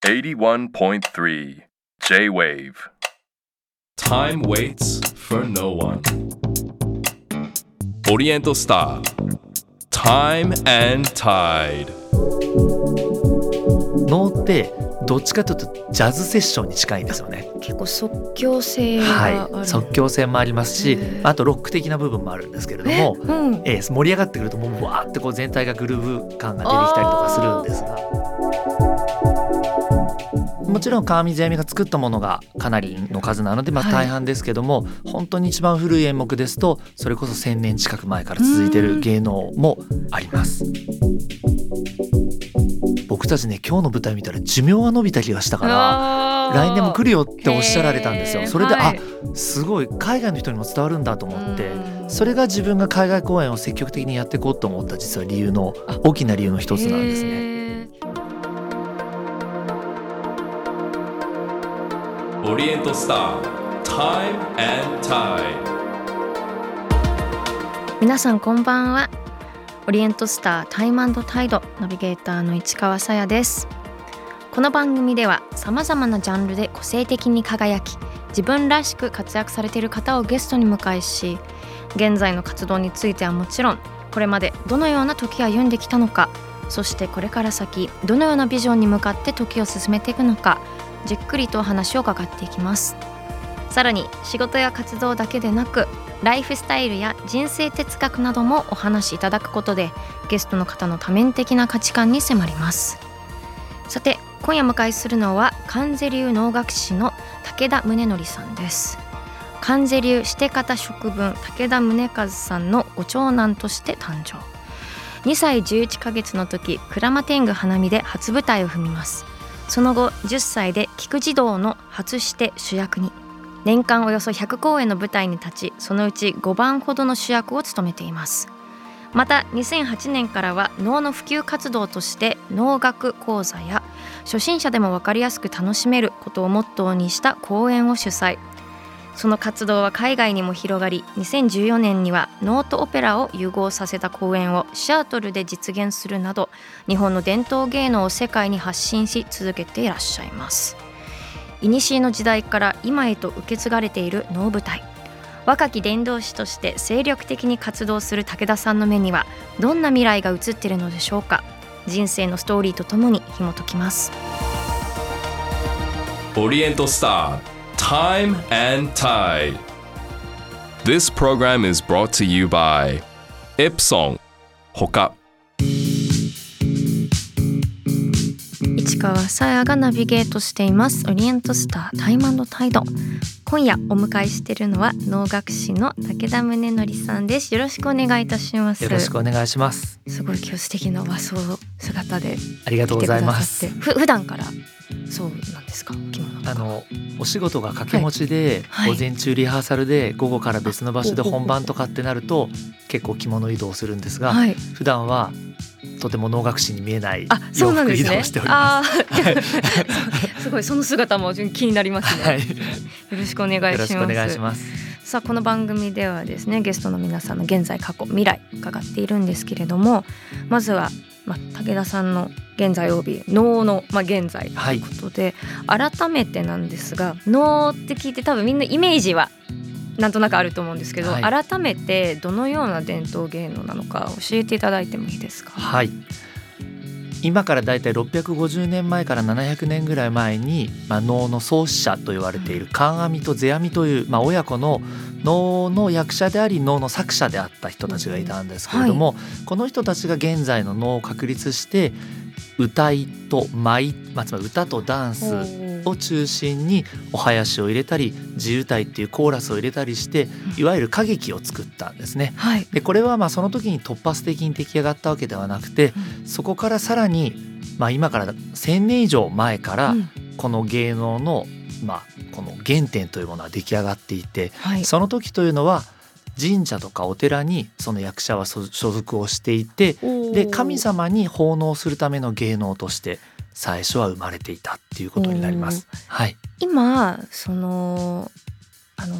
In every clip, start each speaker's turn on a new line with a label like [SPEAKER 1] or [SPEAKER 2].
[SPEAKER 1] 81.3 J-Wave
[SPEAKER 2] Time waits for no one. Oriental Star Time and Tide。
[SPEAKER 3] 能ってどっちかというとジャズセッションに近いんですよね。
[SPEAKER 4] 結構即興性がある、
[SPEAKER 3] はい、即興性もありますし、あとロック的な部分もあるんですけれども、盛り上がってくるともうわーってこう全体がグルーヴ感が出てきたりとかするんですが、もちろん川水やみが作ったものがかなりの数なので、大半ですけども、本当に一番古い演目ですとそれこそ1000年近く前から続いている芸能もあります。僕たちね、今日の舞台見たら寿命が伸びた気がしたから来年も来るよっておっしゃられたんですよ。それで、すごい海外の人にも伝わるんだと思って、それが自分が海外公演を積極的にやっていこうと思った実は理由の大きな理由の一つなんですね。
[SPEAKER 2] オリエントスター Time and Tide。
[SPEAKER 4] 皆さんこんばんは。オリエントスタータイム&タイドナビゲーターの市川さやです。この番組ではさまざまなジャンルで個性的に輝き自分らしく活躍されている方をゲストに迎えし、現在の活動についてはもちろんこれまでどのような時を歩んできたのか、そしてこれから先どのようなビジョンに向かって時を進めていくのか、じっくりとお話を伺っていきます。さらに仕事や活動だけでなくライフスタイルや人生哲学などもお話しいただくことでゲストの方の多面的な価値観に迫ります。さて今夜迎えするのは観世流能楽師の武田宗則さんです。観世流して方職分武田宗和さんのご長男として誕生。2歳11ヶ月の時鞍馬天狗花見で初舞台を踏みます。その後10歳で菊慈童の初して主役に、年間およそ100公演の舞台に立ち、そのうち5番ほどの主役を務めています。また2008年からは能の普及活動として能楽講座や初心者でも分かりやすく楽しめることをモットーにした講演を主催。その活動は海外にも広がり、2014年には能とオペラを融合させた公演をシアトルで実現するなど、日本の伝統芸能を世界に発信し続けていらっしゃいます。古の時代から今へと受け継がれている能舞台。若き伝道師として精力的に活動する武田さんの目にはどんな未来が映っているのでしょうか。人生のストーリーとともに紐解きます。
[SPEAKER 2] オリエントスター Time and Tide。 This program is brought to you by Epson ほか。
[SPEAKER 4] 市川さやがナビゲートしていますオリエントスタータイム&タイド。今夜お迎えしているのは能楽師の武田宗則さんです。よろしくお願いいたします。
[SPEAKER 3] よろしくお願いします。
[SPEAKER 4] すごい今日素敵な和装姿で
[SPEAKER 3] ありがとうございます。
[SPEAKER 4] 普段からそうなんですか。お着物とか
[SPEAKER 3] お仕事が掛け持ちで、午前中リハーサルで午後から別の場所で本番とかってなると結構着物移動するんですが、普段はとても能楽師に見えない洋服移動をしております。
[SPEAKER 4] すごいその姿も気になりますね。よろしくお願いします。
[SPEAKER 3] よろしくお願いします。
[SPEAKER 4] さあこの番組ではですね、ゲストの皆さんの現在過去未来伺っているんですけれども、まずは武田さんの現在及び能の、現在ということで、改めてなんですが、能って聞いて多分みんなイメージはなんとなくあると思うんですけど、改めてどのような伝統芸能なのか教えていただいてもいいですか。
[SPEAKER 3] 今からだいたい650年前から700年ぐらい前に、能の創始者と言われている観阿弥と世阿弥という、親子の能の役者であり能の作者であった人たちがいたんですけれども、この人たちが現在の能を確立して歌いと舞、つまり歌とダンスを中心にお囃子を入れたり自由体っていうコーラスを入れたりしていわゆる歌劇を作ったんですね。でこれはその時に突発的に出来上がったわけではなくて、そこからさらに、今から1000年以上前からこの芸能の、この原点というものは出来上がっていて、その時というのは神社とかお寺にその役者は所属をしていて、で神様に奉納するための芸能として最初は生まれていたっていうことになります。
[SPEAKER 4] 今その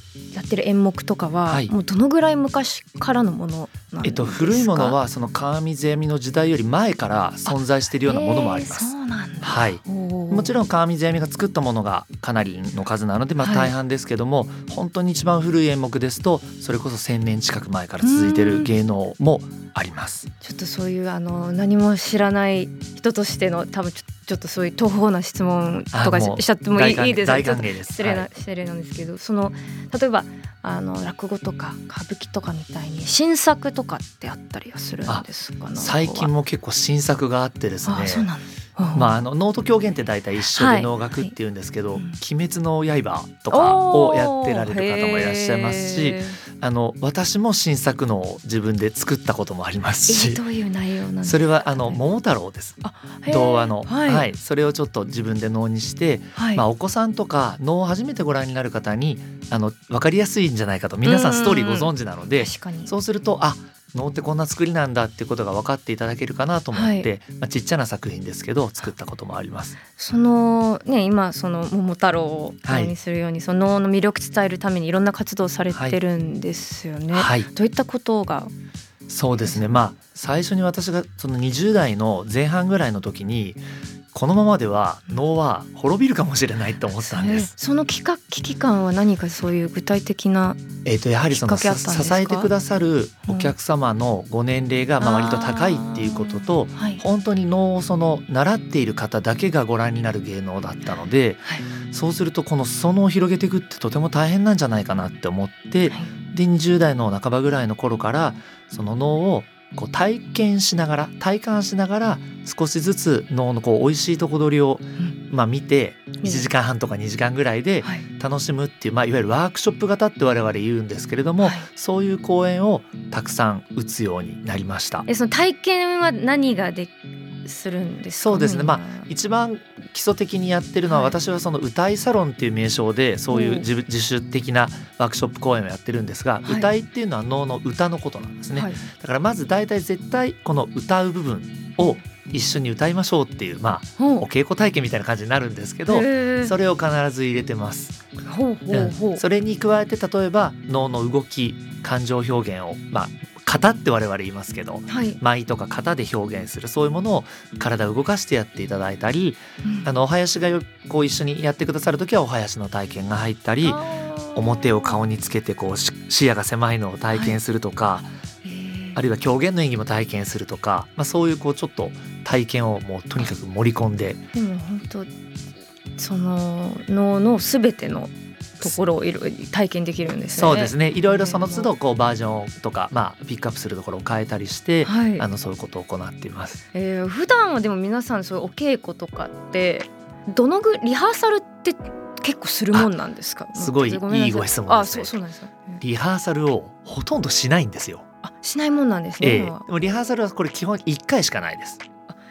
[SPEAKER 4] やってる演目とかは、
[SPEAKER 3] はい
[SPEAKER 4] もうどのぐらい昔からのものなんですか？
[SPEAKER 3] 古いものはその鏡世阿弥の時代より前から存在しているようなものもあります。
[SPEAKER 4] そうなんだ。
[SPEAKER 3] はい、もちろん鏡世阿弥が作ったものがかなりの数なので、
[SPEAKER 4] はい
[SPEAKER 3] 大半ですけども、本当に一番古い演目ですとそれこそ1000年近く前から続いている芸能もあります。
[SPEAKER 4] ちょっとそういう何も知らない人としての多分ちょっとそういう途方な質問とか
[SPEAKER 3] もう
[SPEAKER 4] しちゃってもいいですか？
[SPEAKER 3] 大歓迎です。
[SPEAKER 4] 失礼な、
[SPEAKER 3] はい、
[SPEAKER 4] 失礼なんですけど、例えば落語とか歌舞伎とかみたいに新作とかってあったりはするんですか？
[SPEAKER 3] 最近も結構新作があってですね。
[SPEAKER 4] そうなんだ。
[SPEAKER 3] 能と狂言って大体一緒で能楽っていうんですけど、
[SPEAKER 4] はい
[SPEAKER 3] 鬼滅の刃とかをやってられる方もいらっしゃいますし、私も新作のを自分で作ったこともありますし、
[SPEAKER 4] どういう内容なんですか？
[SPEAKER 3] それは桃太郎です。童話の、
[SPEAKER 4] はい
[SPEAKER 3] それをちょっと自分で能にして、
[SPEAKER 4] はい
[SPEAKER 3] お子さんとか能を初めてご覧になる方に分かりやすいんじゃないかと。皆さんストーリーご存知なので、
[SPEAKER 4] 確かに
[SPEAKER 3] そうすると能ってこんな作りなんだっていうことが分かっていただけるかなと思って、ちっちゃな作品ですけど作ったこともあります。
[SPEAKER 4] 今桃太郎を能にするように、その能の魅力伝えるためにいろんな活動をされてるんですよね。
[SPEAKER 3] はい、
[SPEAKER 4] どういったことが？
[SPEAKER 3] そうですね、最初に私がその20代の前半ぐらいの時に、このままでは能は滅びるかもしれないと思ったんです。
[SPEAKER 4] その危機感は何かそういう具体的な
[SPEAKER 3] やはりその
[SPEAKER 4] きっかけあったんですか？
[SPEAKER 3] 支えてくださるお客様のご年齢が割と高いっていうことと、本当に能を習っている方だけがご覧になる芸能だったので、そうするとこの裾野を広げていくってとても大変なんじゃないかなって思って、で20代の半ばぐらいの頃からその能を体感しながら少しずつ能の美味しいとこ取りを見て、1時間半とか2時間ぐらいで楽しむっていう、いわゆるワークショップ型って我々言うんですけれども、そういう講演をたくさん打つようになりました。
[SPEAKER 4] その体験は何がするんですか？
[SPEAKER 3] そうですね、一番基礎的にやってるのは、私はその歌いサロンっていう名称でそういう自主的なワークショップ講演をやってるんですが、歌いっていうのは能の歌のことなんですね。だからまず絶対この歌う部分を一緒に歌いましょうっていう、お稽古体験みたいな感じになるんですけど、それを必ず入れてます。それに加えて、例えば能の動き、感情表現を型って我々言いますけど、舞とか型で表現する、そういうものを体を動かしてやっていただいたり、お囃子が一緒にやってくださる時はお囃子の体験が入ったり、表を顔につけて視野が狭いのを体験するとか、あるいは狂言の演技も体験するとか、そういうちょっと体験をもうとにかく盛り込んで。
[SPEAKER 4] でも本当その能の全てのところを体験できるんですね。
[SPEAKER 3] そうですね、いろいろその都度バージョンとか、ピックアップするところを変えたりして、そういうことを行っています。
[SPEAKER 4] 普段はでも皆さんそういうお稽古とかってリハーサルって結構するもんなんですか？
[SPEAKER 3] すごいいいご質問ですね。
[SPEAKER 4] そうなんですか。
[SPEAKER 3] リハーサルをほとんどしないんですよ。
[SPEAKER 4] しないもんなんですね。
[SPEAKER 3] でもリハーサルはこれ基本1回しかないです。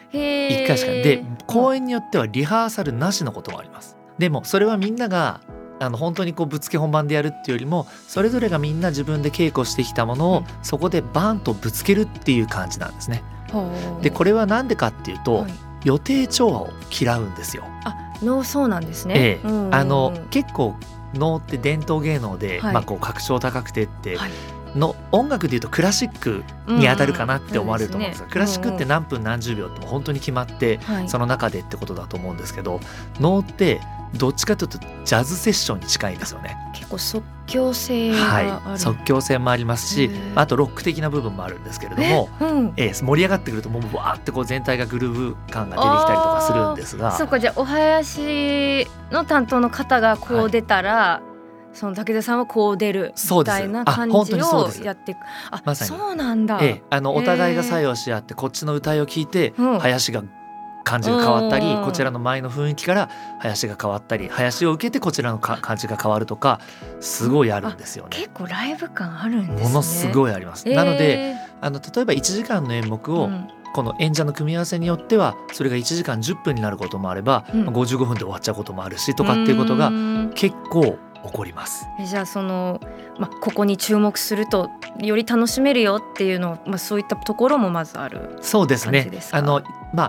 [SPEAKER 4] 1
[SPEAKER 3] 回しかないで、公演によってはリハーサルなしのこともあります。でもそれはみんなが本当にぶつけ本番でやるっていうよりも、それぞれがみんな自分で稽古してきたものをそこでバーンとぶつけるっていう感じなんですね。でこれはなんでかっていうと、予定調和を嫌うんですよ。
[SPEAKER 4] そうなんですね。
[SPEAKER 3] 結構能って伝統芸能で、格調高くてっての音楽でいうとクラシックに当たるかなって思われると思うんですが、クラシックって何分何十秒って本当に決まって、その中でってことだと思うんですけど、能ってどっちかというとジャズセッションに近いんですよね。
[SPEAKER 4] 結構即興性がある、
[SPEAKER 3] 即興性もありますし、あとロック的な部分もあるんですけれども、盛り上がってくるともうわーって全体がグルーヴ感が出てきたりとかするんですが、
[SPEAKER 4] そうか、じゃあお囃子の担当の方が出たら、その武田さんは出るみたいな感じをやっていく。
[SPEAKER 3] まさに
[SPEAKER 4] そうなんだ。
[SPEAKER 3] お互いが作用し合って、こっちの歌いを聞いて囃子が感じが変わったり、こちらの前の雰囲気から囃子が変わったり、囃子を受けてこちらの感じが変わるとか、すごいあるんですよね。
[SPEAKER 4] 結構ライブ感あるんですね。
[SPEAKER 3] ものすごいあります。なので例えば1時間の演目を、この演者の組み合わせによってはそれが1時間10分になることもあれば、55分で終わっちゃうこともあるしとかっていうことが結構起こります。
[SPEAKER 4] じゃあここに注目するとより楽しめるよっていうの、そういったところもまずある。
[SPEAKER 3] そうですね。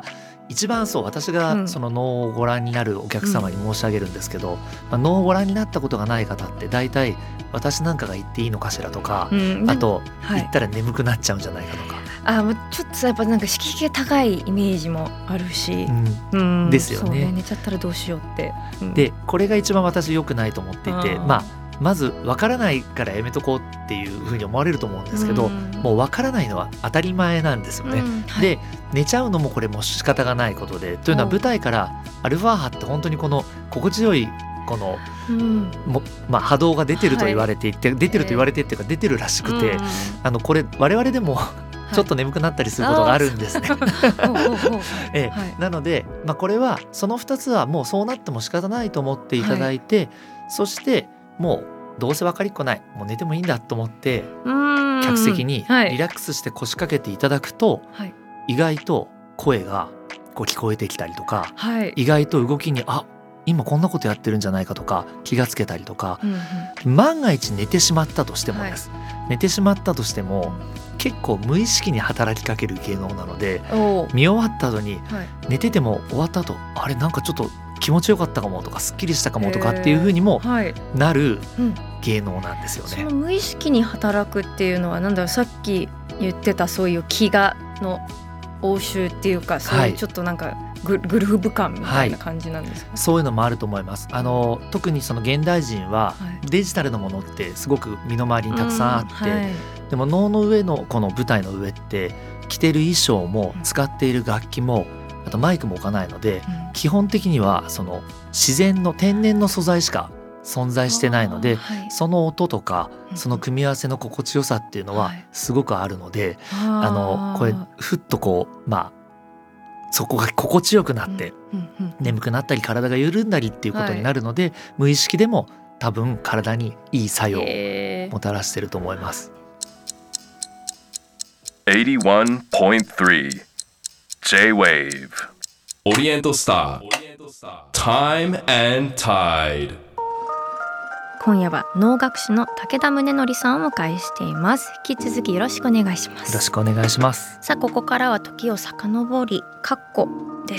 [SPEAKER 3] 一番私
[SPEAKER 4] うん
[SPEAKER 3] がその能をご覧になるお客様に申し上げるんですけど、能をご覧になったことがない方って大体私なんかが言っていいのかしらとか、あと
[SPEAKER 4] はい
[SPEAKER 3] 言ったら眠くなっちゃうんじゃないかとか、
[SPEAKER 4] もうちょっとやっぱなんか敷居が高いイメージもあるし、
[SPEAKER 3] うんですよね。
[SPEAKER 4] そう寝ちゃったらどうしようって、
[SPEAKER 3] でこれが一番私良くないと思っていて、まず分からないからやめとこうっていうふうに思われると思うんですけど、もう分からないのは当たり前なんですよね。で寝ちゃうのもこれも仕方がないことで、というのは舞台からアルファ波って本当にこの心地よいこの、波動が出てると言われていて、出てると言われてっていうか出てるらしくて、これ我々でもちょっと眠くなったりすることがあるんですね。なので、これはその2つはもうそうなっても仕方ないと思っていただいて、そしてもうどうせ分かりっこない、もう寝てもいいんだと思って客席にリラックスして腰掛けていただくと、意外と声がこう聞こえてきたりとか、意外と動きに今こんなことやってるんじゃないかとか気がつけたりとか、万が一寝てしまったとしてもです、寝てしまったとしても結構無意識に働きかける芸能なので、見終わった後に寝てても終わった後、あれなんかちょっと気持ちよかったかもとかすっきりしたかもとかっていう風にもなる芸能なんですよね。
[SPEAKER 4] その無意識に働くっていうのはなんだろう、さっき言ってたそういう気がの応酬っていうか、そういうちょっとなんかグルーヴ感みたいな感じなんですか？
[SPEAKER 3] そういうのもあると思います。特にその現代人はデジタルのものってすごく身の回りにたくさんあって、でも能の上のこの舞台の上って着てる衣装も使っている楽器もあとマイクも置かないので、基本的にはその自然の天然の素材しか存在してないので、その音とかその組み合わせの心地よさっていうのはすごくあるので、これふっとこうそこが心地よくなって眠くなったり体が緩んだりっていうことになるので、無意識でも多分体にいい作用をもたらしてると思います。
[SPEAKER 1] 81.3 J-Wave
[SPEAKER 2] オリエントスター Time and Tide。
[SPEAKER 4] 今夜は能楽師の武田宗則さんをお迎えしています。引き続きよろしくお願いします。
[SPEAKER 3] よろしくお願いします。
[SPEAKER 4] さあここからは時を遡り括弧です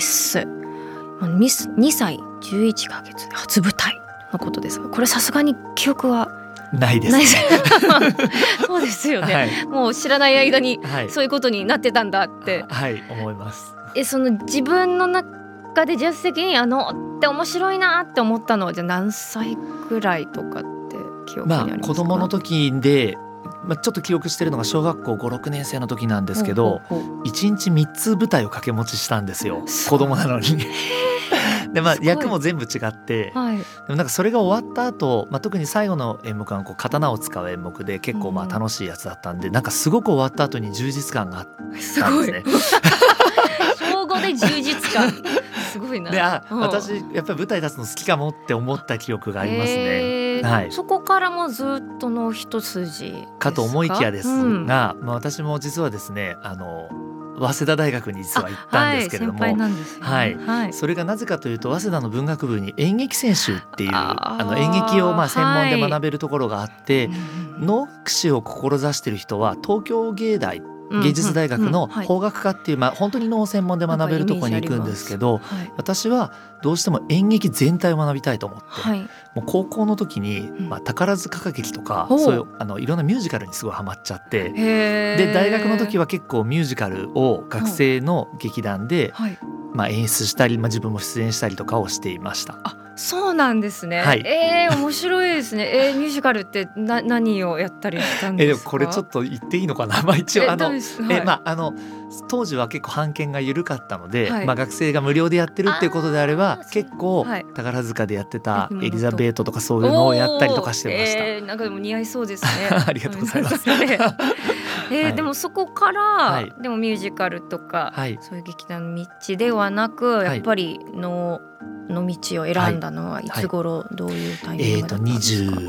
[SPEAKER 4] 。2歳11ヶ月初舞台のことですが、これさすがに記憶は
[SPEAKER 3] ないですね。
[SPEAKER 4] そうですよね、もう知らない間にそういうことになってたんだって
[SPEAKER 3] 思います。
[SPEAKER 4] その自分の中で助手席にって面白いなって思ったのはじゃあ何歳ぐらいとかって記憶にありますか？
[SPEAKER 3] 子供の時で、ちょっと記憶してるのが小学校 5,6 年生の時なんですけど、1日3つ舞台を掛け持ちしたんですよ、子供なのに。で役も全部違って、でもなんかそれが終わった後、特に最後の演目はこう刀を使う演目で結構楽しいやつだったんで、なんかすごく終わった後に充実感があったんですね。
[SPEAKER 4] 小5で充実感すごいな。
[SPEAKER 3] で私やっぱり舞台立つの好きかもって思った記憶がありますね。
[SPEAKER 4] そこからもずっとの一筋
[SPEAKER 3] かと思いきやですが、私も実はですね早稲田大学に実は行ったんですけれども、
[SPEAKER 4] 先輩なんですよね。
[SPEAKER 3] それがなぜかというと早稲田の文学部に演劇専修っていう演劇を専門で学べるところがあって、能楽師を志している人は東京芸大芸術大学の邦楽科っていう、本当に能専門で学べるところに行くんですけど、私はどうしても演劇全体を学びたいと思って、もう高校の時に、宝塚歌劇とかそういういろんなミュージカルにすごいハマっちゃって、で大学の時は結構ミュージカルを学生の劇団で、演出したり、自分も出演したりとかをしていました。
[SPEAKER 4] そうなんですね。面白いですね。ミュージカルって何をやったりしたんですか？
[SPEAKER 3] でもこれちょっと言っていいのかな。一応当時は結構版権が緩かったので、学生が無料でやってるっていうことであれば結構、宝塚でやってたエリザベートとかそういうのをやったりとかしてました。
[SPEAKER 4] なんかでも似合いそうですね。
[SPEAKER 3] ありがとうございます。
[SPEAKER 4] でもそこから、でもミュージカルとか、そういう劇団の道ではなく、やっぱりの道を選んだのはいつ頃、どういうタイミングだったんですか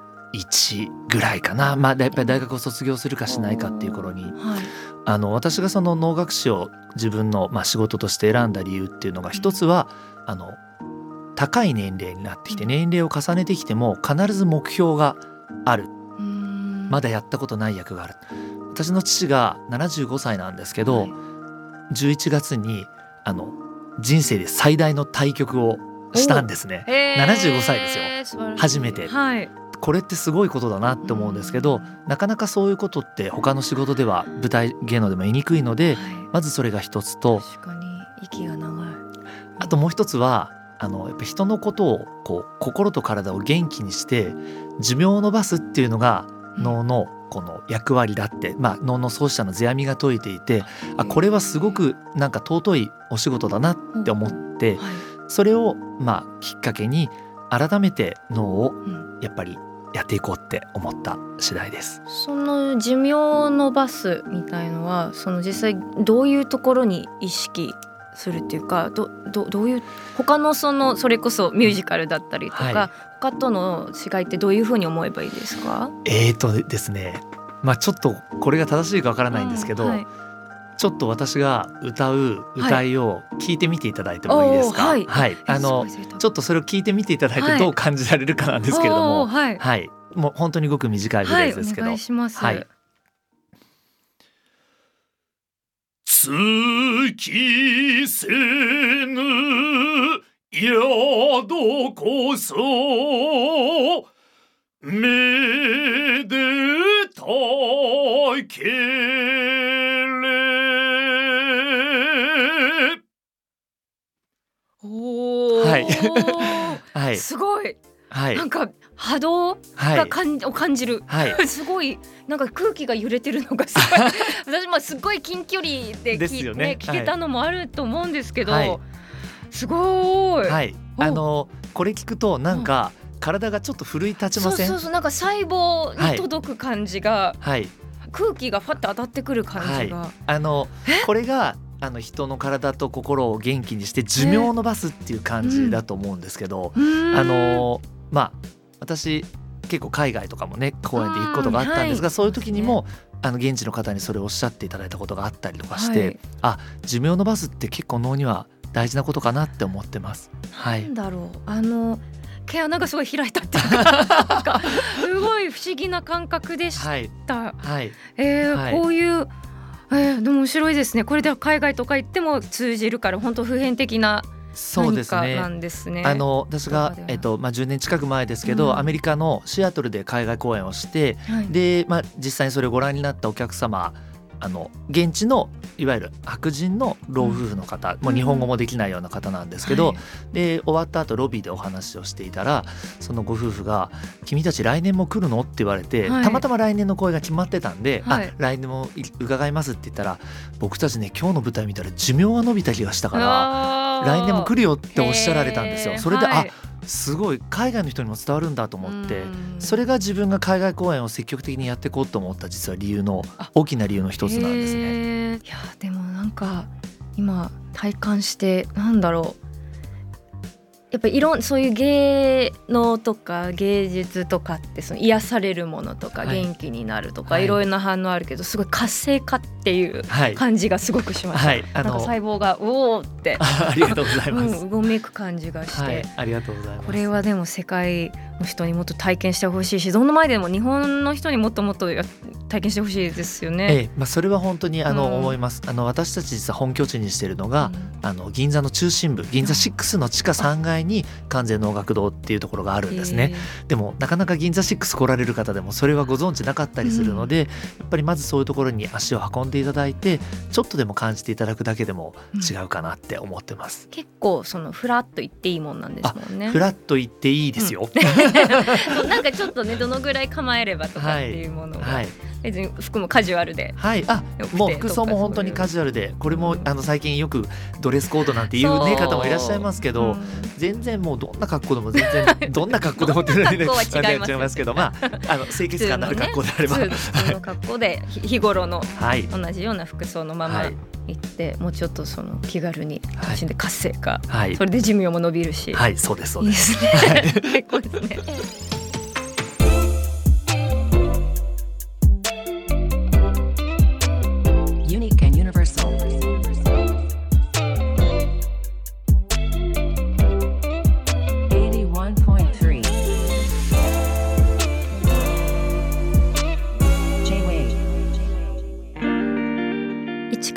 [SPEAKER 3] ？21ぐらいかな。やっぱり大学を卒業するかしないかっていう頃に、私がその能楽師を自分の仕事として選んだ理由っていうのが、一つは高い年齢になってきて、年齢を重ねてきても必ず目標がある。まだやったことない役がある。私の父が75歳なんですけど、11月に人生で最大の対局をしたんですね。75歳ですよ、初めて、はい、これってすごいことだなって思うんですけど、なかなかそういうことって他の仕事では舞台芸能でも言いにくいので、まずそれが一つと、
[SPEAKER 4] 確かに息が長い。
[SPEAKER 3] あともう一つはやっぱ人のことをこう心と体を元気にして寿命を延ばすっていうのが脳のこの役割だって、脳の創始者の世阿弥が説いていて、これはすごくなんか尊いお仕事だなって思って、それをきっかけに改めて脳をやっぱりやっていこうって思った次第です。
[SPEAKER 4] その寿命を延ばすみたいのは、その実際どういうところに意識するっていうか、どういう他のそれこそミュージカルだったりとか、他との違いってどういうふうに思えばいいですか？
[SPEAKER 3] ですね、ちょっとこれが正しいかわからないんですけど、ちょっと私が歌う歌いを聞いてみていただいてもいいですか？ちょっとそれを聞いてみていただいてどう感じられるかなんですけれども、もう本当にごく短いフレーズですけど、
[SPEAKER 4] お願いします。
[SPEAKER 3] 尽きせぬ宿こそめでたけれ。
[SPEAKER 4] はい、すごい、なんか波動がを感じる、すごいなんか空気が揺れてるのがすごい私もすごい近距離で聞けたのもあると思うんですけど、すごい、これ聞くとなんか体がちょっと奮い立ちません？ そうなんか細胞に届く感じが、空気がファッと当たってくる感じが、
[SPEAKER 3] これが人の体と心を元気にして寿命を延ばすっていう感じだと思うんですけど、私結構海外とかもね公演で行くことがあったんですが、そういう時にも現地の方にそれをおっしゃっていただいたことがあったりとかして、寿命を延ばすって結構脳には大事なことかなって思ってます。
[SPEAKER 4] なんだろう、毛穴がすごい開いたっていうかすごい不思議な感覚でした。こういうでも面白いですね。これでは海外とか行っても通じるから本当普遍的な何かなんですね。
[SPEAKER 3] 私が、10年近く前ですけど、アメリカのシアトルで海外公演をして、で、実際にそれをご覧になったお客様、現地のいわゆる白人の老夫婦の方、もう日本語もできないような方なんですけど、で終わった後ロビーでお話をしていたら、そのご夫婦が君たち来年も来るのって言われて、たまたま来年の公演が決まってたんで、来年も伺いますって言ったら、僕たちね今日の舞台見たら寿命が伸びた気がしたから来年も来るよっておっしゃられたんですよ。それですごい海外の人にも伝わるんだと思って、それが自分が海外公演を積極的にやっていこうと思った実は大きな理由の一つなんですね。
[SPEAKER 4] いやでもなんか今体感してなんだろう、やっぱりそういう芸能とか芸術とかってその癒されるものとか元気になるとかいろいろな反応あるけど、すごい活性化っていう感じがすごくしました。なんか細胞がおーって
[SPEAKER 3] ありがとうございます。
[SPEAKER 4] うごめく感じがして、
[SPEAKER 3] ありがとうございます。
[SPEAKER 4] これはでも世界の人にもっと体験してほしいし、どの前でも日本の人にもっともっと体験してほしいですよね。
[SPEAKER 3] それは本当に思います。私たち実は本拠地にしているのが、銀座の中心部、銀座6の地下3階に完全能楽堂っていうところがあるんですね。でもなかなか銀座6来られる方でもそれはご存知なかったりするので、やっぱりまずそういうところに足を運んでいただいて、ちょっとでも感じていただくだけでも違うかなって思ってます。
[SPEAKER 4] 結構フラッと行っていいもんなんですもんね。
[SPEAKER 3] フラッと行っていいですよ。
[SPEAKER 4] なんかちょっとね、どのぐらい構えればとかっていうものが、別に服もカジュアルで、
[SPEAKER 3] もう服装も本当にカジュアルで、これも最近よくドレスコードなんていう、方もいらっしゃいますけど、全然もうどんな格好でも全然どんな格好でもって
[SPEAKER 4] 格好は違い
[SPEAKER 3] ますけど、清潔感のある格好であれば、
[SPEAKER 4] 普通の格好で日頃の同じような服装のまま行って、もうちょっと気軽に楽しんで活性化、それで寿命も伸びるし、
[SPEAKER 3] そうですそうです。
[SPEAKER 4] 結構ですね。
[SPEAKER 5] Unique and universal.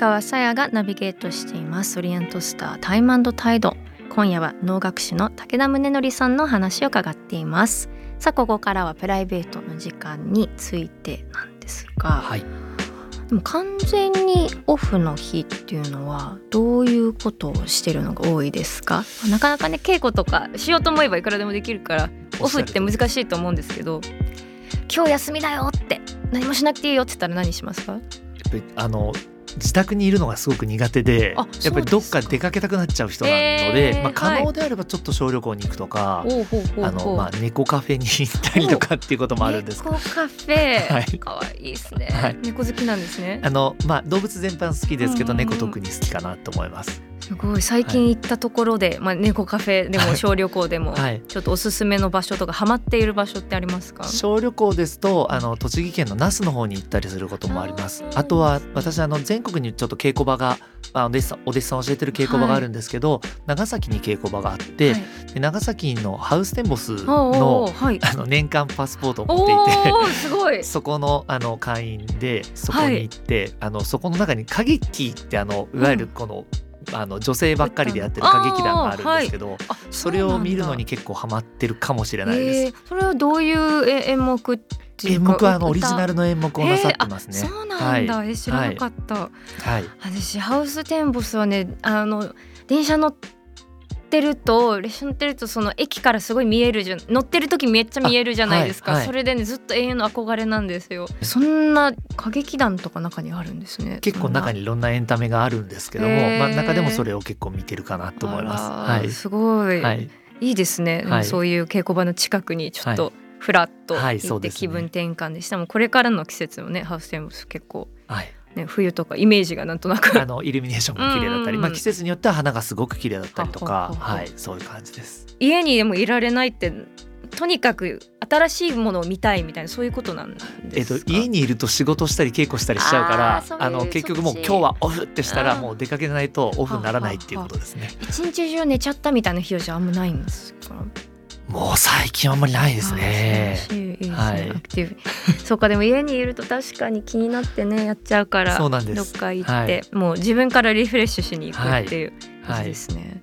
[SPEAKER 4] 川さやがナビゲートしていますオリエントスタータイム&タイド。今夜は能楽師の武田宗則さんの話を伺っています。さあここからはプライベートの時間についてなんですが、
[SPEAKER 3] はい、
[SPEAKER 4] でも完全にオフの日っていうのはどういうことをしてるのが多いですか？なかなかね稽古とかしようと思えばいくらでもできるからオフって難しいと思うんですけど、今日休みだよって何もしなくていいよって言ったら何しますか？
[SPEAKER 3] やっぱり自宅にいるのがすごく苦手で、やっぱりどっか出かけたくなっちゃう人なので、可能であればちょっと小旅行に行くとか、猫カフェに行ったりとかっていうこともあるんですけど。
[SPEAKER 4] 猫カフェ、
[SPEAKER 3] はい、
[SPEAKER 4] かわいいですね、
[SPEAKER 3] はい、
[SPEAKER 4] 猫好きなんですね。
[SPEAKER 3] 動物全般好きですけど、猫特に好きかなと思います。
[SPEAKER 4] すごい最近行ったところで、猫カフェでも小旅行でも、
[SPEAKER 3] はい、
[SPEAKER 4] ちょっとおすすめの場所とかハマっている場所ってありますか？
[SPEAKER 3] 小旅行ですと栃木県の那須の方に行ったりすることもあります。あとは私全国にちょっと稽古場がお弟子さん教えてる稽古場があるんですけど、長崎に稽古場があって、で長崎のハウステンボスの年間パスポートを持っていて、
[SPEAKER 4] すごい
[SPEAKER 3] そこの会員でそこに行って、そこの中に歌劇っていわゆるこの、女性ばっかりでやってる歌劇団があるんですけど、それを見るのに結構ハマってるかもしれないです。
[SPEAKER 4] それはどういう演目っていうか？
[SPEAKER 3] 演目はオリジナルの演目をなさってますね。
[SPEAKER 4] そうなんだ、知らなかった、私ハウステンボスはね電車乗ってると列車乗ってるとその駅からすごい見える乗ってる時めっちゃ見えるじゃないですか、それでねずっと永遠の憧れなんですよ。そんな歌劇団とか中にあるんですね。
[SPEAKER 3] 結構中にいろんなエンタメがあるんですけども、中でもそれを結構見てるかなと思います。
[SPEAKER 4] すごい、いいですね、そういう稽古場の近くにちょっとフラッと行って気分転換でした。もこれからの季節もねハウステンボス結構、冬とかイメージがなんとなく
[SPEAKER 3] イルミネーションが綺麗だったり、季節によっては花がすごく綺麗だったりとか、そういう感じです。
[SPEAKER 4] 家にでもいられないってとにかく新しいものを見たいみたいなそういうことなんですか？
[SPEAKER 3] 家にいると仕事したり稽古したりしちゃうから結局もう今日はオフってしたらもう出かけないとオフにならないっていうことですね。
[SPEAKER 4] 一日中寝ちゃったみたいな日はじゃあんまないんですか？
[SPEAKER 3] もう最近あんまりないですね。
[SPEAKER 4] いいですね、アクティブそうか。でも家にいると確かに気になってねやっちゃうから、どっか行って、もう自分からリフレッシュしに行くっていう感じですね。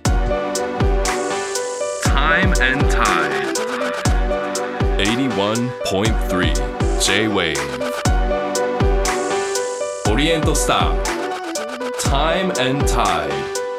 [SPEAKER 1] Time and Tide 81.3 J-Wave
[SPEAKER 2] オリエントスター Time and Tide。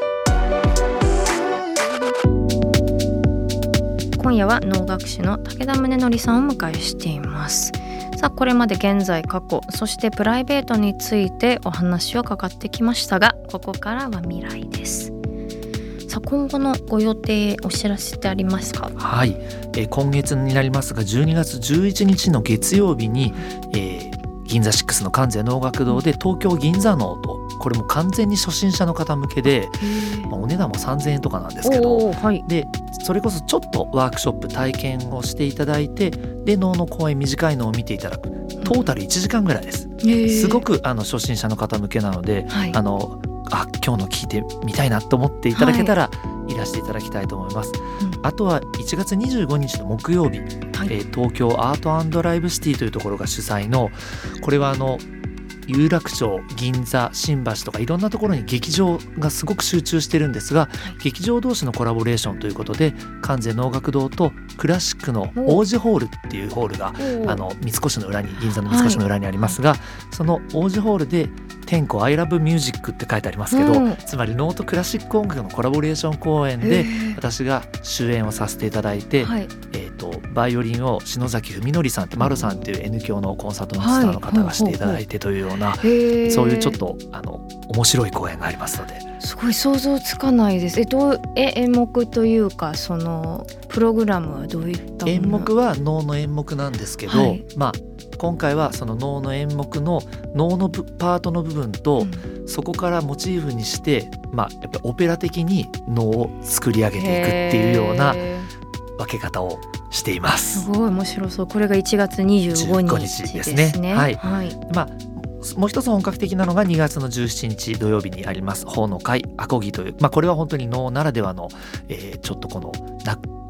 [SPEAKER 4] 今夜は能楽師の武田宗則さんをお迎えしています。さあこれまで現在過去そしてプライベートについてお話を伺ってきましたが、ここからは未来です。さあ今後のご予定お知らせってありますか？
[SPEAKER 3] はい、今月になりますが12月11日の月曜日に、銀座6の関西能楽堂で東京銀座能と、これも完全に初心者の方向けで、お値段も3000円とかなんですけど、でそれこそちょっとワークショップ体験をしていただいて、で能の公演短いのを見ていただく、トータル1時間ぐらいです。すごく初心者の方向けなので、今日の聞いてみたいなと思っていただけたら、いらしていただきたいと思います。あとは1月25日の木曜日、東京アート&ライブシティというところが主催の、これは有楽町、銀座、新橋とかいろんなところに劇場がすごく集中してるんですが、劇場同士のコラボレーションということで、関西能楽堂とクラシックの王子ホールっていうホールが三越の裏に、銀座の三越の裏にありますが、その王子ホールで天子 I love music って書いてありますけど、つまり能とクラシック音楽のコラボレーション公演で私が主演をさせていただいて、バイオリンを篠崎文則さんってマロさんっていう N 響のコンサートマスターの方がしていただいてというような、そういうちょっと面白い公演がありますので。
[SPEAKER 4] すごい想像つかないです。演目というかそのプログラムはどういったもの？演目は
[SPEAKER 3] 能の演目なんですけど、今回はその能の演目の能のパートの部分と、そこからモチーフにして、やっぱオペラ的に能を作り上げていくっていうような分け方をしています。
[SPEAKER 4] すごい面白そう。これが1月25日ですね。
[SPEAKER 3] もう一つ本格的なのが2月の17日土曜日にあります法の会アコギという、これは本当に能ならではの、ちょっとこの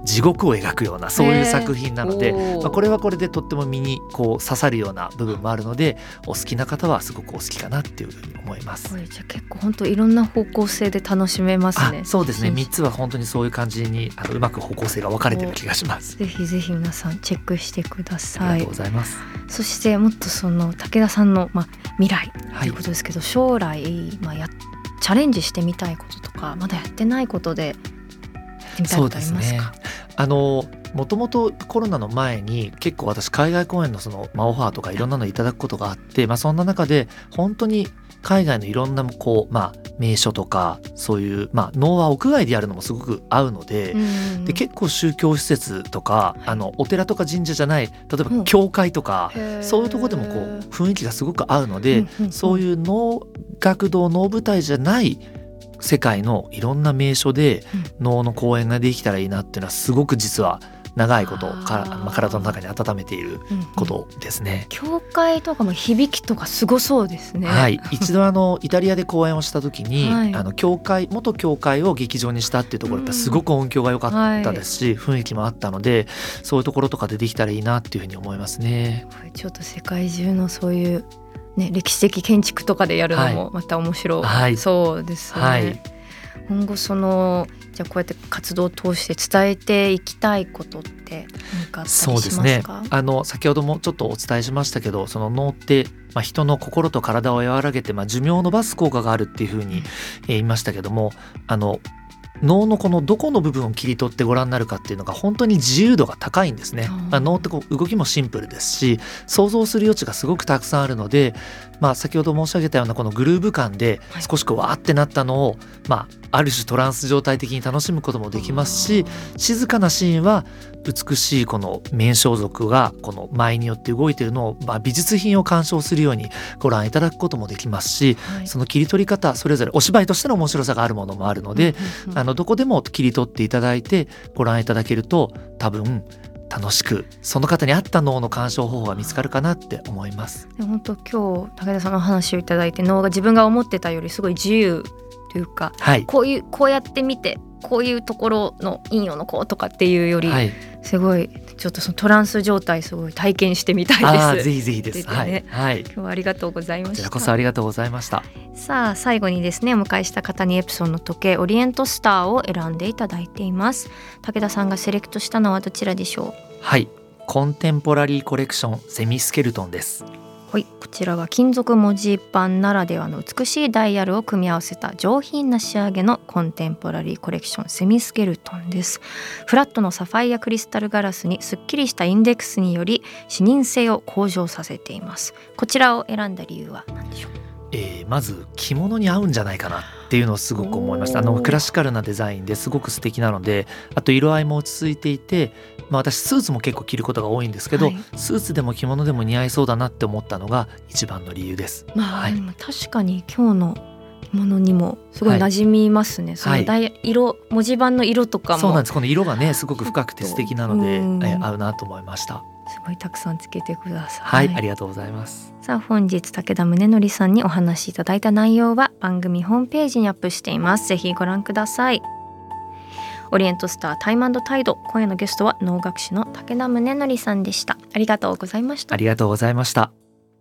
[SPEAKER 3] 地獄を描くようなそういう作品なので、
[SPEAKER 4] おー
[SPEAKER 3] これはこれでとっても身にこう刺さるような部分もあるので、お好きな方はすごくお好きかなっていうふうに思います
[SPEAKER 4] こ。れじゃあ結構本当いろんな方向性で楽しめますね。
[SPEAKER 3] そうですね、3つは本当にそういう感じにうまく方向性が分かれてる気がします。
[SPEAKER 4] ぜひぜひ皆さんチェックしてくだ
[SPEAKER 3] あ
[SPEAKER 4] さい
[SPEAKER 3] りがとうご。ざいます。
[SPEAKER 4] そしてもっとその武田さんの、未来と
[SPEAKER 3] はい
[SPEAKER 4] いうことですけど、将来、チャレンジしてみたいこととかまだやってないことでやってみたいことありますか？
[SPEAKER 3] もともとコロナの前に結構私海外公演のオファーとかいろんなのいただくことがあって、そんな中で本当に海外のいろんな名所とかそういう、能は屋外でやるのもすごく合うので、で結構宗教施設とか、お寺とか神社じゃない例えば教会とか、そういうところでもこう雰囲気がすごく合うので、そういう能楽堂能舞台じゃない世界のいろんな名所で能の公演ができたらいいなっていうのはすごく実は長いこと体の中に温めていることですね。
[SPEAKER 4] 教会とかも響きとかすごそうですね。
[SPEAKER 3] はい、一度イタリアで公演をした時に、
[SPEAKER 4] はい
[SPEAKER 3] 元教会を劇場にしたっていうところってすごく音響が良かったですし、雰囲気もあったので、そういうところとかでできたらいいなっていうふうに思いますね。
[SPEAKER 4] これちょっと世界中のそういう歴史的建築とかでやるのもまた面白そうですね。
[SPEAKER 3] はい、
[SPEAKER 4] 今後じゃあこうやって活動を通して伝えていきたいことって何かあったりしますか？
[SPEAKER 3] そうですね、先ほどもちょっとお伝えしましたけど、その能って、人の心と体を和らげて、寿命を伸ばす効果があるっていうふうに、言いましたけども、能のこのどこの部分を切り取ってご覧になるかっていうのが本当に自由度が高いんですね。能って動きもシンプルですし、想像する余地がすごくたくさんあるので、先ほど申し上げたようなこのグルーヴ感で少しわーってなったのを、ある種トランス状態的に楽しむこともできますし、静かなシーンは美しいこの面装束がこの舞によって動いているのを、美術品を鑑賞するようにご覧いただくこともできますし、その切り取り方それぞれお芝居としての面白さがあるものもあるので、どこでも切り取っていただいてご覧いただけると多分楽しくその方に合った能の鑑賞方法が見つかるかなって思います。
[SPEAKER 4] 本当今日武田さんの話をいただいて、能が自分が思ってたよりすごい自由というか、こうやって見てこういうところの陰陽のこうとかっていうより、すごいちょっとそのトランス状態すごい体験してみたいです。
[SPEAKER 3] ぜひぜひです。
[SPEAKER 4] 今日はありがとうございました。
[SPEAKER 3] こちらこそありがとうございました。
[SPEAKER 4] さあ最後にですね、お迎えした方にエプソンの時計オリエントスターを選んでいただいています。武田さんがセレクトしたのはどちらでしょう？
[SPEAKER 3] はい、コンテンポラリーコレクションセミスケルトンです。
[SPEAKER 4] はい、こちらは金属文字盤ならではの美しいダイヤルを組み合わせた上品な仕上げのコンテンポラリーコレクションセミスケルトンです。フラットのサファイアクリスタルガラスにすっきりしたインデックスにより視認性を向上させています。こちらを選んだ理由は何でしょう？
[SPEAKER 3] まず着物に合うんじゃないかなっていうのをすごく思いました。クラシカルなデザインですごく素敵なので、あと色合いも落ち着いていて、私スーツも結構着ることが多いんですけど、スーツでも着物でも似合いそうだなって思ったのが一番の理由です。で
[SPEAKER 4] も確かに今日のものにもすごい馴染みますね。その文字盤の色とかも
[SPEAKER 3] そうなんです。この色がねすごく深くて素敵なので、合うなと思いました。
[SPEAKER 4] すごいたくさんつけてください。
[SPEAKER 3] はい、ありがとうございます。
[SPEAKER 4] さあ本日武田宗則さんにお話しいただいた内容は番組ホームページにアップしています。ぜひご覧ください。オリエントスタータイム&タイド、今夜のゲストは能楽師の武田宗則さんでした。ありがとうございました。
[SPEAKER 3] ありがとうございました。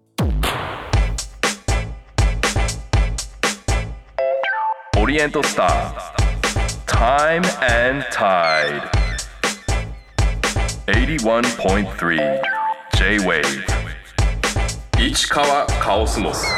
[SPEAKER 2] オリエントスタータイム&タイド 81.3 J-Wave 市川カオスモス。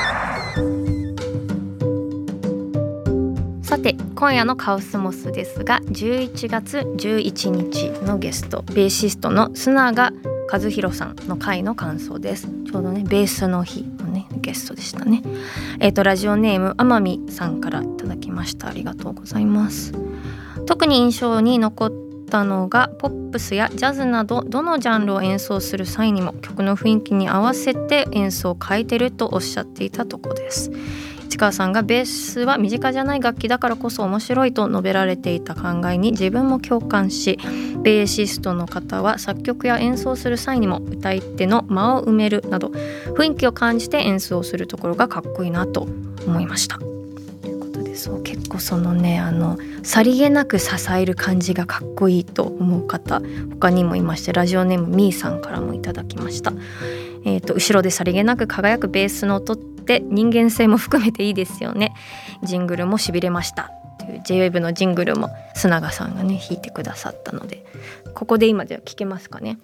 [SPEAKER 4] さて今夜のカオスモスですが、11月11日のゲストベーシストの須永和弘さんの回の感想です。ちょうどねベースの日のねゲストでしたね。ラジオネーム天海さんからいただきました。ありがとうございます。特に印象に残ったのがポップスやジャズなどどのジャンルを演奏する際にも曲の雰囲気に合わせて演奏を変えてるとおっしゃっていたところです。市川さんがベースは身近じゃない楽器だからこそ面白いと述べられていた考えに自分も共感し、ベーシストの方は作曲や演奏する際にも歌い手の間を埋めるなど雰囲気を感じて演奏するところがかっこいいなと思いましたということです。 そう結構そのねさりげなく支える感じがかっこいいと思う方他にもいまして、ラジオネームみーさんからもいただきました。後ろでさりげなく輝くベースの音って人間性も含めていいですよね。ジングルもしびれましたっていう J-WAVE のジングルも須永さんがね弾いてくださったので、ここで今では聞けますかね。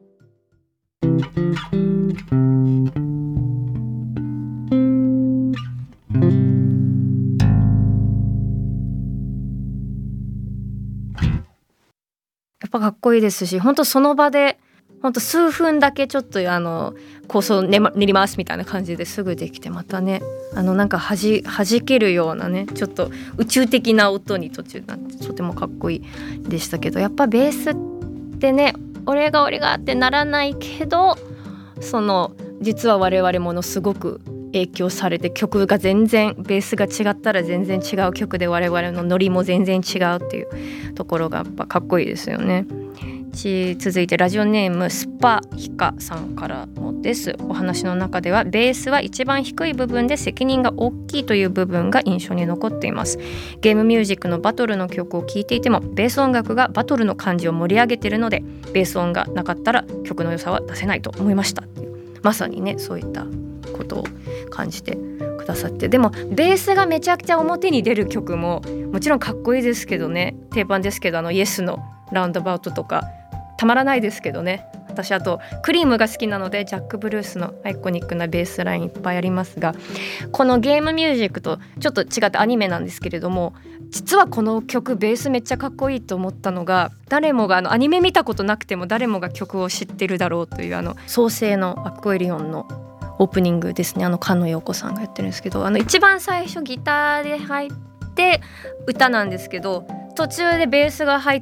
[SPEAKER 4] やっぱかっこいいですし、本当その場で本当数分だけちょっと構想練りますみたいな感じですぐできて、またねなんか弾けるようなねちょっと宇宙的な音に途中になってとてもかっこいいでしたけど、やっぱベースってね俺がってならないけど、その実は我々ものすごく影響されて、曲が全然ベースが違ったら全然違う曲で我々のノリも全然違うっていうところがやっぱかっこいいですよね。続いてラジオネームスパヒカさんからもです。お話の中ではベースは一番低い部分で責任が大きいという部分が印象に残っています。ゲームミュージックのバトルの曲を聴いていてもベース音楽がバトルの感じを盛り上げているので、ベース音がなかったら曲の良さは出せないと思いましたっていう、まさにねそういったことを感じてくださって、でもベースがめちゃくちゃ表に出る曲ももちろんかっこいいですけどね、定番ですけどイエスのラウンドバウトとかたまらないですけどね。私あとクリームが好きなのでジャック・ブルースのアイコニックなベースラインいっぱいありますが、このゲームミュージックとちょっと違ってアニメなんですけれども、実はこの曲ベースめっちゃかっこいいと思ったのが、誰もがアニメ見たことなくても誰もが曲を知ってるだろうという創世のアクエリオンのオープニングですね。菅野陽子さんがやってるんですけど、一番最初ギターで入って歌なんですけど、途中でベースが入って、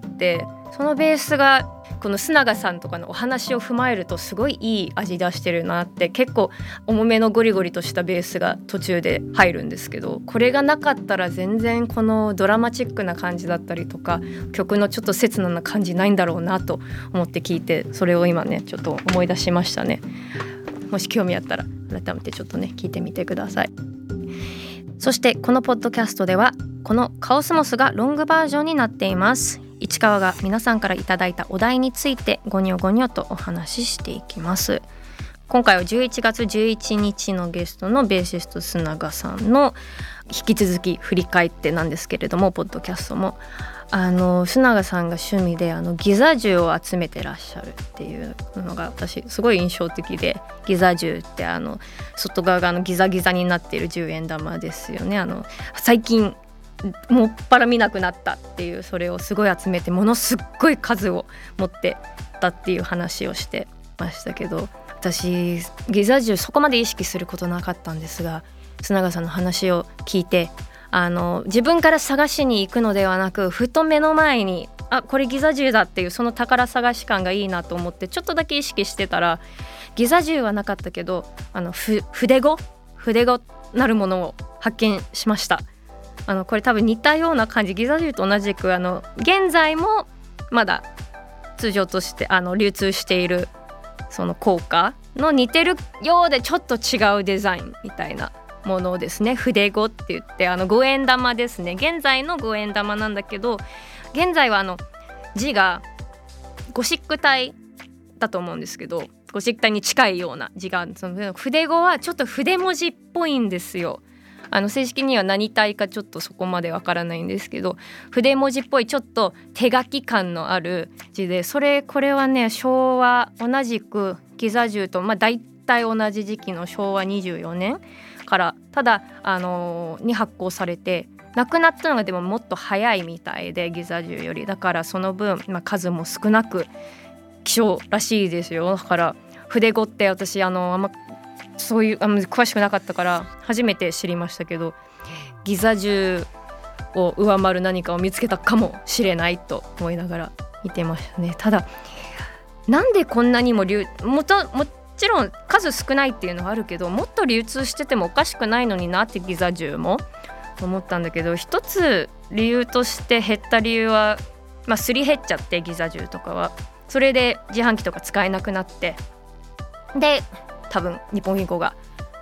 [SPEAKER 4] そのベースがこの須永さんとかのお話を踏まえるとすごいいい味出してるなって、結構重めのゴリゴリとしたベースが途中で入るんですけど、これがなかったら全然このドラマチックな感じだったりとか曲のちょっと切なな感じないんだろうなと思って聞いて、それを今ねちょっと思い出しましたね。もし興味あったら改めてちょっとね聞いてみてください。そしてこのポッドキャストではこのカオスモスがロングバージョンになっています。市川が皆さんからいただいたお題についてゴニョゴニョとお話ししていきます。今回は11月11日のゲストのベーシスト須永さんの引き続き振り返ってなんですけれども、ポッドキャストも須永さんが趣味でギザ銃を集めてらっしゃるっていうのが私すごい印象的で、ギザ銃って外側がギザギザになっている10円玉ですよね。最近もっぱら見なくなったっていう、それをすごい集めてものすっごい数を持ってたっていう話をしてましたけど、私ギザ銃そこまで意識することなかったんですが、須永さんの話を聞いて自分から探しに行くのではなく、ふと目の前にこれギザ銃だっていうその宝探し感がいいなと思ってちょっとだけ意識してたら、ギザ銃はなかったけど筆語なるものを発見しました。これ多分似たような感じ、ギザ銃と同じく現在もまだ通常として流通しているその効果の似てるようでちょっと違うデザインみたいなものですね。筆語って言って5円玉ですね。現在の5円玉なんだけど、現在は字がゴシック体だと思うんですけど、ゴシック体に近いような字がその筆語はちょっと筆文字っぽいんですよ。正式には何体かちょっとそこまでわからないんですけど、筆文字っぽいちょっと手書き感のある字で、これはね昭和同じくギザ銃とだいたい同じ時期の昭和24年からただに発行されて、亡くなったのがでももっと早いみたいで、ギザ銃よりだからその分、数も少なく希少らしいですよ。だから筆語って私あんまそういう詳しくなかったから初めて知りましたけど、ギザ銃を上回る何かを見つけたかもしれないと思いながら見てましたね。ただなんでこんなにももちろん数少ないっていうのはあるけど、もっと流通しててもおかしくないのになってギザ銃も思ったんだけど、一つ理由として減った理由は、すり減っちゃって、ギザ銃とかはそれで自販機とか使えなくなって、で多分日本銀行が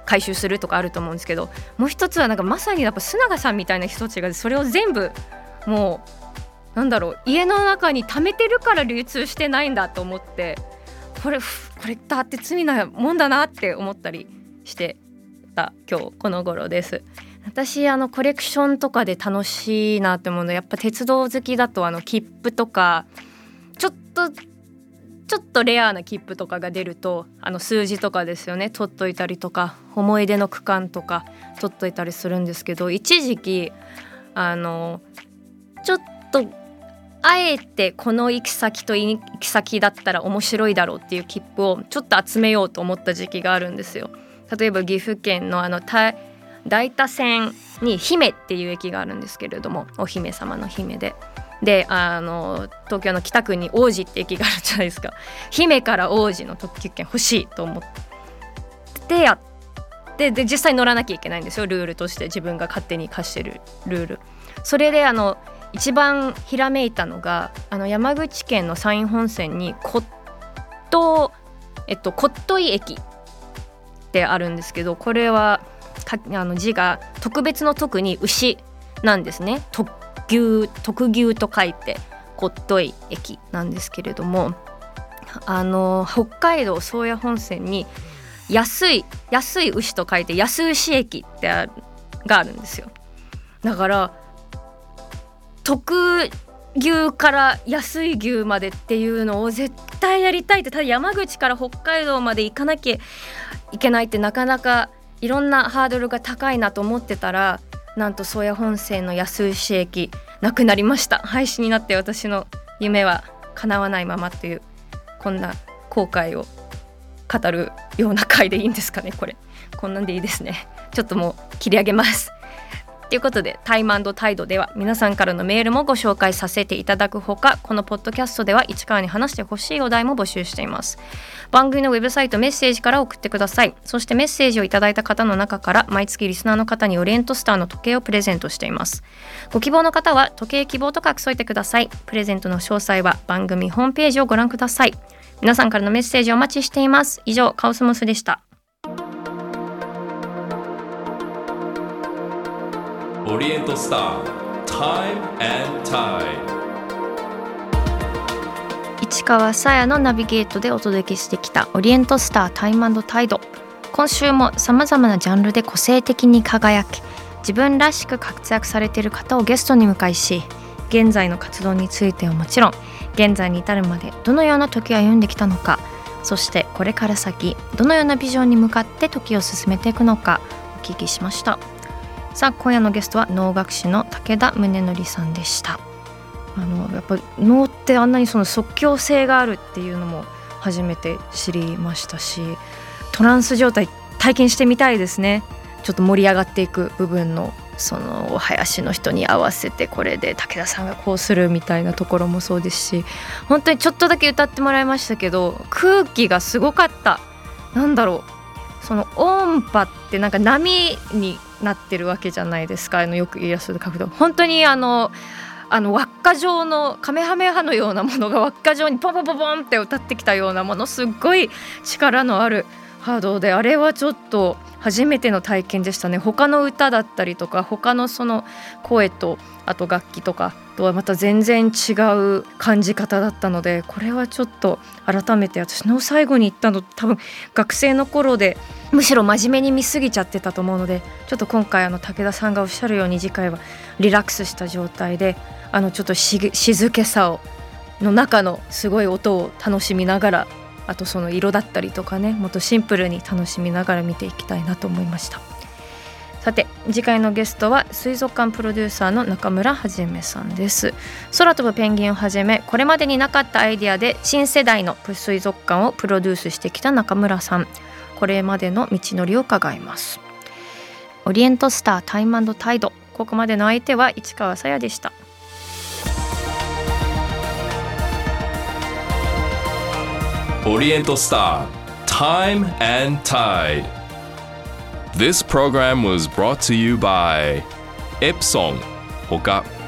[SPEAKER 4] 回収するとかあると思うんですけど、もう一つはなんかまさにやっぱ須永さんみたいな人たちがそれを全部もうなんだろう、家の中に溜めてるから流通してないんだと思って、これだって罪なもんだなって思ったりしてた今日この頃です。私コレクションとかで楽しいなって思うのはやっぱ鉄道好きだと切符とかちょっとレアな切符とかが出ると数字とかですよね、取っといたりとか思い出の区間とか取っといたりするんですけど、一時期ちょっとあえてこの行き先と行き先だったら面白いだろうっていう切符をちょっと集めようと思った時期があるんですよ。例えば岐阜県の大田線に姫っていう駅があるんですけれども、お姫様の姫で東京の北区に王子って駅があるじゃないですか。姫から王子の特急券欲しいと思ってやってで実際乗らなきゃいけないんですよ、ルールとして自分が勝手に課してるルール。それで一番ひらめいたのが山口県の山陰本線に骨董駅ってあるんですけど、これは字が特別の特に牛なんですね。特牛と書いて骨董駅なんですけれども、北海道宗谷本線に安い牛と書いて安牛駅ってがあるんですよ。だから特牛から安い牛までっていうのを絶対やりたいって、ただ山口から北海道まで行かなきゃいけないってなかなかいろんなハードルが高いなと思ってたら、なんと宗谷本線の安牛駅なくなりました。廃止になって私の夢は叶わないままという、こんな後悔を語るような回でいいんですかね。こんなんでいいですね。ちょっともう切り上げますということで、タイム&タイドでは皆さんからのメールもご紹介させていただくほか、このポッドキャストでは市川に話してほしいお題も募集しています。番組のウェブサイトメッセージから送ってください。そしてメッセージをいただいた方の中から毎月リスナーの方にオリエントスターの時計をプレゼントしています。ご希望の方は時計希望と書き添えてください。プレゼントの詳細は番組ホームページをご覧ください。皆さんからのメッセージをお待ちしています。以上、カオスモスでした。
[SPEAKER 2] オリエントスター Time and Tide、
[SPEAKER 4] 市川さやのナビゲートでお届けしてきたオリエントスタータイム&タイド。今週もさまざまなジャンルで個性的に輝き自分らしく活躍されている方をゲストに迎えし、現在の活動についてはもちろん現在に至るまでどのような時を歩んできたのか、そしてこれから先どのようなビジョンに向かって時を進めていくのかお聞きしました。さあ今夜のゲストは能楽師の武田宗則さんでした。やっぱり能ってあんなにその即興性があるっていうのも初めて知りましたし、トランス状態体験してみたいですね。ちょっと盛り上がっていく部分のその林の人に合わせてこれで武田さんがこうするみたいなところもそうですし、本当にちょっとだけ歌ってもらいましたけど空気がすごかった。なんだろう、その音波ってなんか波になってるわけじゃないですか。よくイラストで描くと本当に輪っか状のカメハメハのようなものが輪っか状にポンポンポンポンって歌ってきたようなもの、すっごい力のあるハードで、あれはちょっと初めての体験でしたね。他の歌だったりとか他のその声とあと楽器とかとはまた全然違う感じ方だったので、これはちょっと改めて私の最後に行ったの多分学生の頃でむしろ真面目に見すぎちゃってたと思うので、ちょっと今回武田さんがおっしゃるように次回はリラックスした状態でちょっと静けさの中のすごい音を楽しみながら、あとその色だったりとかね、もっとシンプルに楽しみながら見ていきたいなと思いました。さて次回のゲストは水族館プロデューサーの中村はじめさんです。空飛ぶペンギンをはじめこれまでになかったアイデアで新世代の水族館をプロデュースしてきた中村さん、これまでの道のりを伺います。オリエントスタータイム&タイド、ここまでの相手は市川さやでした。
[SPEAKER 2] オリエントスター Time and Tide. This program was brought to you by Epson ほか。